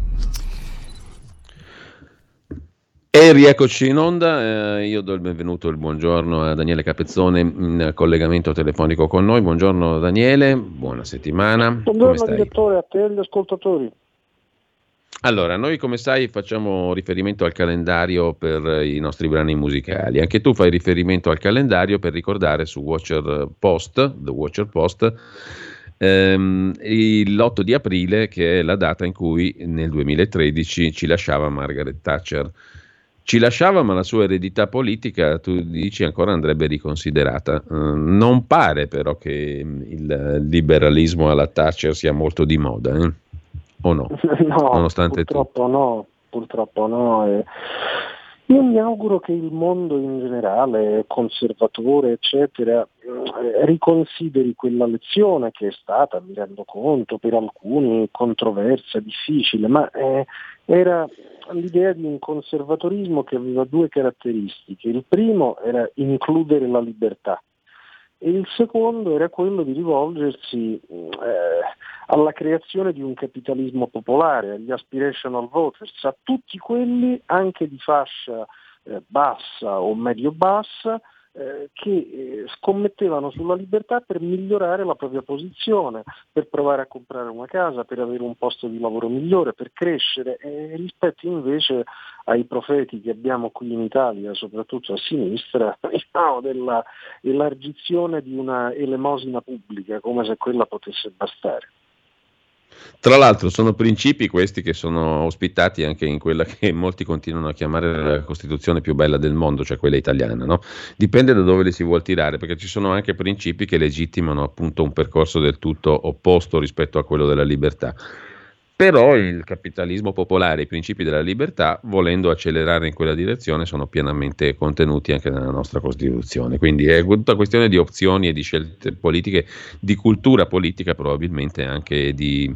E rieccoci in onda, io do il benvenuto e il buongiorno a Daniele Capezzone in collegamento telefonico con noi. Buongiorno Daniele, buona settimana. Buongiorno direttore, a te e agli ascoltatori. Allora, noi come sai facciamo riferimento al calendario per i nostri brani musicali. Anche tu fai riferimento al calendario per ricordare su The Watcher Post, l'8 di aprile, che è la data in cui nel 2013 ci lasciava Margaret Thatcher. Ci lasciava, ma la sua eredità politica, tu dici, ancora andrebbe riconsiderata. Non pare però che il liberalismo alla Thatcher sia molto di moda, o no? No, nonostante purtroppo no. Io mi auguro che il mondo in generale, conservatore eccetera, riconsideri quella lezione che è stata, mi rendo conto, per alcuni controversa, difficile, ma era l'idea di un conservatorismo che aveva due caratteristiche. Il primo era includere la libertà e il secondo era quello di rivolgersi alla creazione di un capitalismo popolare, agli aspirational voters, a tutti quelli anche di fascia bassa o medio-bassa che scommettevano sulla libertà per migliorare la propria posizione, per provare a comprare una casa, per avere un posto di lavoro migliore, per crescere, rispetto invece ai profeti che abbiamo qui in Italia, soprattutto a sinistra, della elargizione di una elemosina pubblica, come se quella potesse bastare. Tra l'altro sono principi questi che sono ospitati anche in quella che molti continuano a chiamare la Costituzione più bella del mondo, cioè quella italiana, no? Dipende da dove li si vuol tirare, perché ci sono anche principi che legittimano appunto un percorso del tutto opposto rispetto a quello della libertà. Però il capitalismo popolare, i principi della libertà, volendo accelerare in quella direzione, sono pienamente contenuti anche nella nostra Costituzione. Quindi è tutta questione di opzioni e di scelte politiche, di cultura politica, probabilmente anche di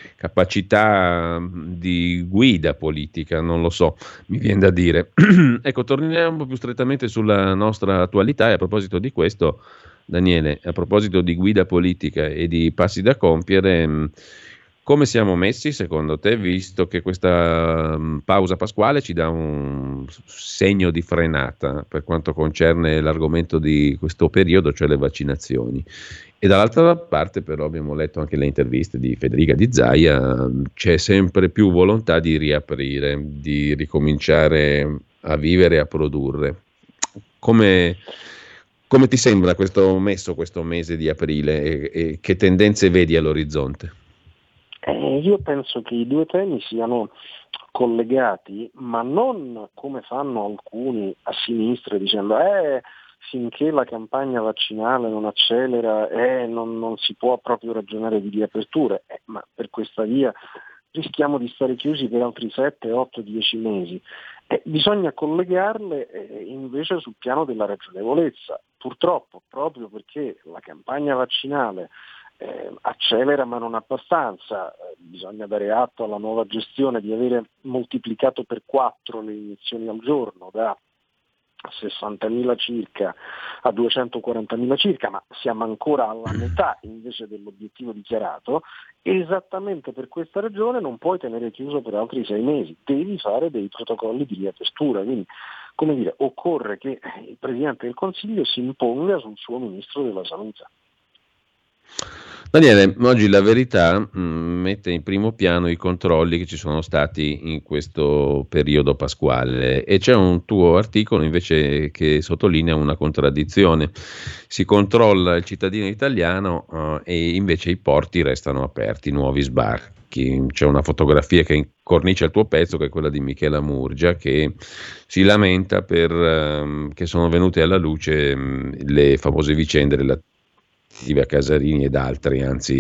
capacità di guida politica, non lo so, mi viene da dire. Ecco, torniamo più strettamente sulla nostra attualità e a proposito di questo, Daniele, a proposito di guida politica e di passi da compiere, come siamo messi secondo te, visto che questa pausa pasquale ci dà un segno di frenata per quanto concerne l'argomento di questo periodo, cioè le vaccinazioni? E dall'altra parte però abbiamo letto anche le interviste di Federica Di Zaia, c'è sempre più volontà di riaprire, di ricominciare a vivere e a produrre. Come ti sembra questo mese di aprile e che tendenze vedi all'orizzonte? Io penso che i due temi siano collegati, ma non come fanno alcuni a sinistra dicendo finché la campagna vaccinale non accelera non si può proprio ragionare di riaperture, ma per questa via rischiamo di stare chiusi per altri 7, 8, 10 mesi. Bisogna collegarle invece sul piano della ragionevolezza, purtroppo proprio perché la campagna vaccinale accelera ma non abbastanza, bisogna dare atto alla nuova gestione di avere moltiplicato per 4 le iniezioni al giorno da 60.000 circa a 240.000 circa, ma siamo ancora alla metà invece dell'obiettivo dichiarato. Esattamente per questa ragione non puoi tenere chiuso per altri 6 mesi, devi fare dei protocolli di riapertura, quindi occorre che il Presidente del Consiglio si imponga sul suo Ministro della Salute. Daniele, oggi La Verità mette in primo piano i controlli che ci sono stati in questo periodo pasquale e c'è un tuo articolo invece che sottolinea una contraddizione. Si controlla il cittadino italiano e invece i porti restano aperti, nuovi sbarchi. C'è una fotografia che incornicia il tuo pezzo, che è quella di Michela Murgia, che si lamenta che sono venute alla luce le famose vicende relative a Casarini ed altri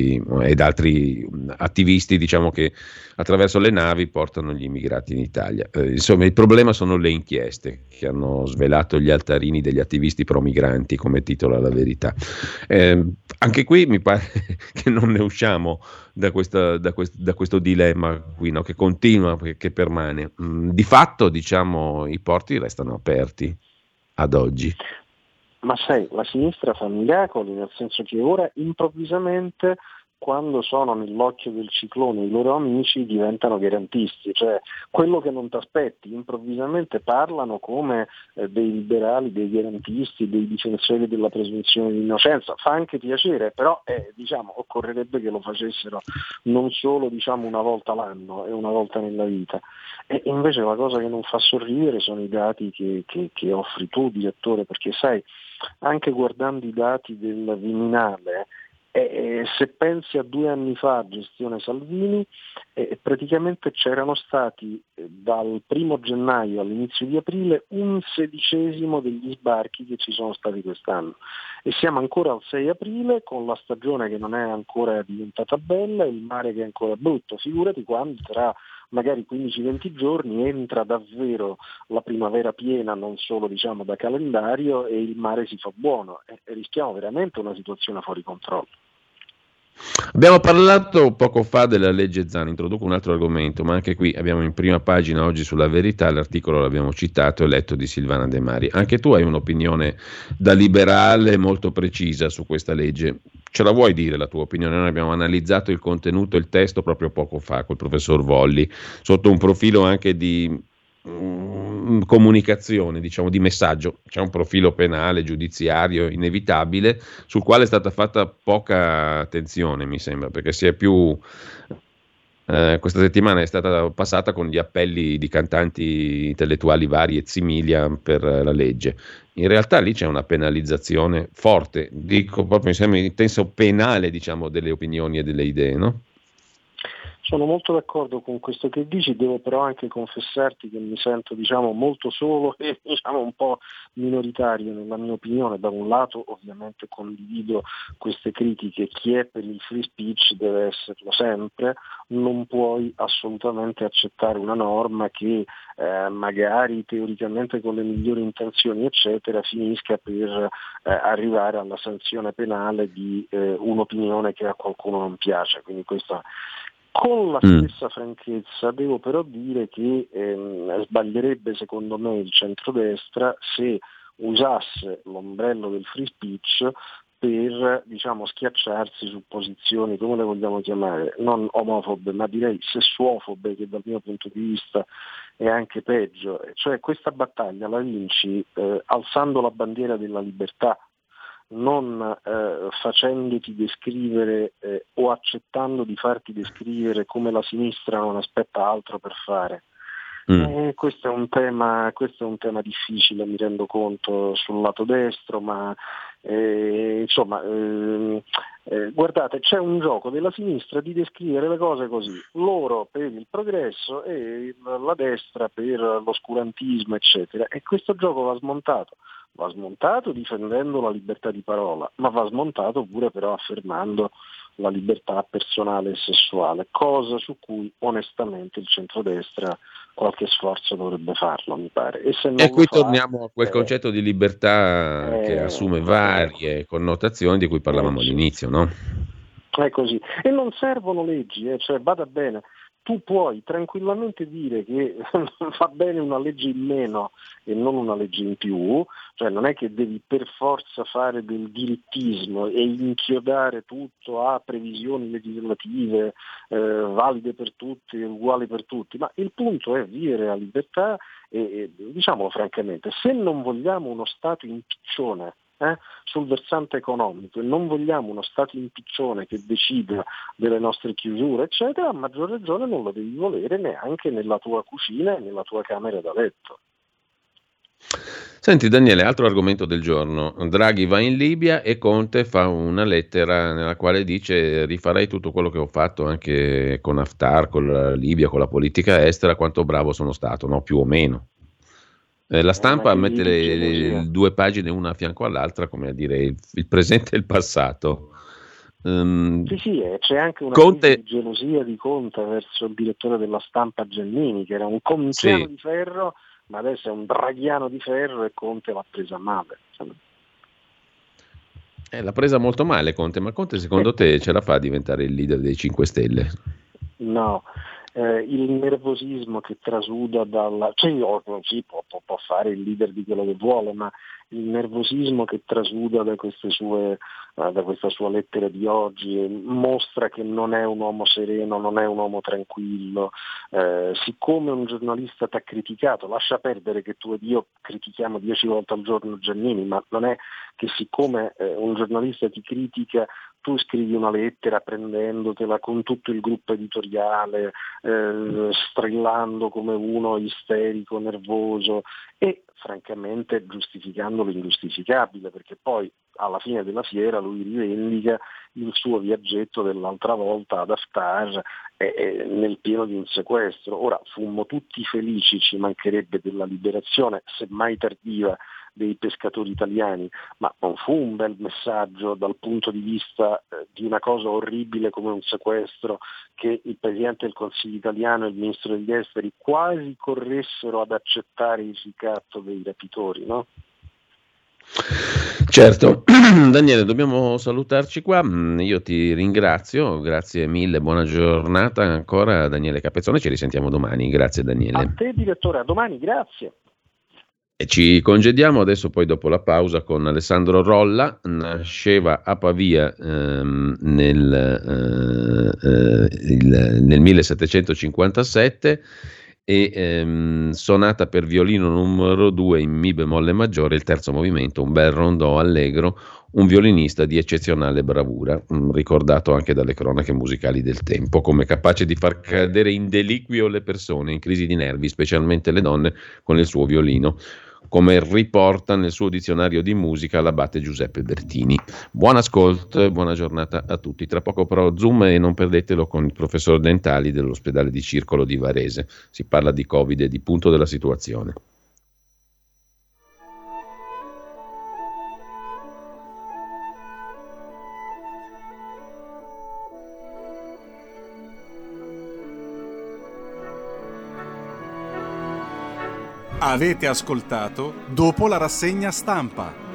attivisti, diciamo, che attraverso le navi portano gli immigrati in Italia. Insomma, il problema sono le inchieste che hanno svelato gli altarini degli attivisti pro-migranti, come titola La Verità. Anche qui mi pare che non ne usciamo da questo dilemma qui, no? Che continua, che permane. Di fatto, diciamo, i porti restano aperti ad oggi. Ma sai, la sinistra fa miracoli, nel senso che ora improvvisamente, quando sono nell'occhio del ciclone i loro amici, diventano garantisti, cioè quello che non ti aspetti, improvvisamente parlano come dei liberali, dei garantisti, dei difensori della presunzione di innocenza. Fa anche piacere, però occorrerebbe che lo facessero non solo una volta l'anno e una volta nella vita. E invece la cosa che non fa sorridere sono i dati che offri tu, direttore, perché sai, anche guardando i dati del Viminale, se pensi a 2 anni fa, gestione Salvini, praticamente c'erano stati dal 1 gennaio all'inizio di aprile 1/16 degli sbarchi che ci sono stati quest'anno, e siamo ancora al 6 aprile con la stagione che non è ancora diventata bella e il mare che è ancora brutto. Figurati quando tra magari 15-20 giorni entra davvero la primavera piena, non solo da calendario, e il mare si fa buono, e rischiamo veramente una situazione fuori controllo. Abbiamo parlato poco fa della legge Zan, introduco un altro argomento, ma anche qui abbiamo in prima pagina oggi sulla Verità, l'articolo l'abbiamo citato e letto di Silvana De Mari. Anche tu hai un'opinione da liberale molto precisa su questa legge. Ce la vuoi dire la tua opinione? Noi abbiamo analizzato il contenuto, il testo proprio poco fa col professor Volli, sotto un profilo anche di comunicazione, diciamo, di messaggio. C'è un profilo penale, giudiziario inevitabile, sul quale è stata fatta poca attenzione, mi sembra, perché si è più questa settimana è stata passata con gli appelli di cantanti intellettuali vari e similia per la legge. In realtà lì c'è una penalizzazione forte, dico proprio in senso penale, diciamo, delle opinioni e delle idee, no? Sono molto d'accordo con questo che dici, devo però anche confessarti che mi sento molto solo e un po' minoritario nella mia opinione. Da un lato ovviamente condivido queste critiche, chi è per il free speech deve esserlo sempre, non puoi assolutamente accettare una norma che magari teoricamente con le migliori intenzioni eccetera finisca per arrivare alla sanzione penale di un'opinione che a qualcuno non piace, quindi questo. Con la stessa franchezza devo però dire che sbaglierebbe secondo me il centrodestra se usasse l'ombrello del free speech per schiacciarsi su posizioni, come le vogliamo chiamare, non omofobe ma direi sessuofobe, che dal mio punto di vista è anche peggio. Cioè questa battaglia la vinci alzando la bandiera della libertà, non facendoti descrivere o accettando di farti descrivere come la sinistra non aspetta altro per fare. Questo è un tema difficile, mi rendo conto, sul lato destro, ma guardate, c'è un gioco della sinistra di descrivere le cose così, loro per il progresso e la destra per l'oscurantismo eccetera, e questo gioco va smontato difendendo la libertà di parola, ma va smontato pure però affermando la libertà personale e sessuale, cosa su cui onestamente il centrodestra qualche sforzo dovrebbe farlo, mi pare. E qui torniamo a quel concetto di libertà che assume varie connotazioni di cui parlavamo all'inizio, no? È così. E non servono leggi, cioè bada bene. Tu puoi tranquillamente dire che va bene una legge in meno e non una legge in più, cioè non è che devi per forza fare del dirittismo e inchiodare tutto a previsioni legislative valide per tutti, uguali per tutti, ma il punto è vivere la libertà e diciamolo francamente, se non vogliamo uno Stato impiccione sul versante economico, e non vogliamo uno Stato impiccione che decida delle nostre chiusure, eccetera, a maggior ragione non lo devi volere neanche nella tua cucina e nella tua camera da letto. Senti Daniele, altro argomento del giorno. Draghi va in Libia e Conte fa una lettera nella quale dice: rifarei tutto quello che ho fatto anche con Haftar, con la Libia, con la politica estera, quanto bravo sono stato, no? Più o meno. La stampa mette le due pagine una a fianco all'altra, come a dire il presente e il passato. Sì, c'è anche una crisi di gelosia di Conte verso il direttore della Stampa Giannini, che era un cominciano di ferro, ma adesso è un draghiano di ferro, e Conte l'ha presa male. L'ha presa molto male Conte, ma Conte secondo te ce la fa a diventare il leader dei 5 Stelle? No, il nervosismo che trasuda dalla... può fare il leader di quello che vuole, ma il nervosismo che trasuda da questa sua lettera di oggi mostra che non è un uomo sereno, non è un uomo tranquillo. Siccome un giornalista ti ha criticato, lascia perdere che tu ed io critichiamo 10 volte al giorno Giannini, ma non è che siccome un giornalista ti critica tu scrivi una lettera prendendotela con tutto il gruppo editoriale, strillando come uno isterico, nervoso e francamente giustificando l'ingiustificabile, perché poi alla fine della fiera lui rivendica il suo viaggetto dell'altra volta ad Haftar nel pieno di un sequestro. Ora fummo tutti felici, ci mancherebbe, della liberazione, semmai tardiva, dei pescatori italiani, ma non fu un bel messaggio dal punto di vista di una cosa orribile come un sequestro, che il Presidente del Consiglio italiano e il Ministro degli Esteri quasi corressero ad accettare il ricatto dei rapitori, no? Certo. Daniele, dobbiamo salutarci qua. Io ti ringrazio, grazie mille, buona giornata ancora Daniele Capezzone, ci risentiamo domani. Grazie Daniele. A te direttore, a domani, grazie. E ci congediamo adesso, poi dopo la pausa, con Alessandro Rolla. Nasceva a Pavia nel 1757 e sonata per violino numero 2 in mi bemolle maggiore, il terzo movimento, un bel rondò allegro, un violinista di eccezionale bravura, ricordato anche dalle cronache musicali del tempo come capace di far cadere in deliquio le persone in crisi di nervi, specialmente le donne, con il suo violino, come riporta nel suo dizionario di musica l'abate Giuseppe Bertini. Buon ascolto e buona giornata a tutti. Tra poco però Zoom, e non perdetelo, con il professor Dentali dell'ospedale di Circolo di Varese. Si parla di Covid e di punto della situazione. Avete ascoltato Dopo la rassegna stampa,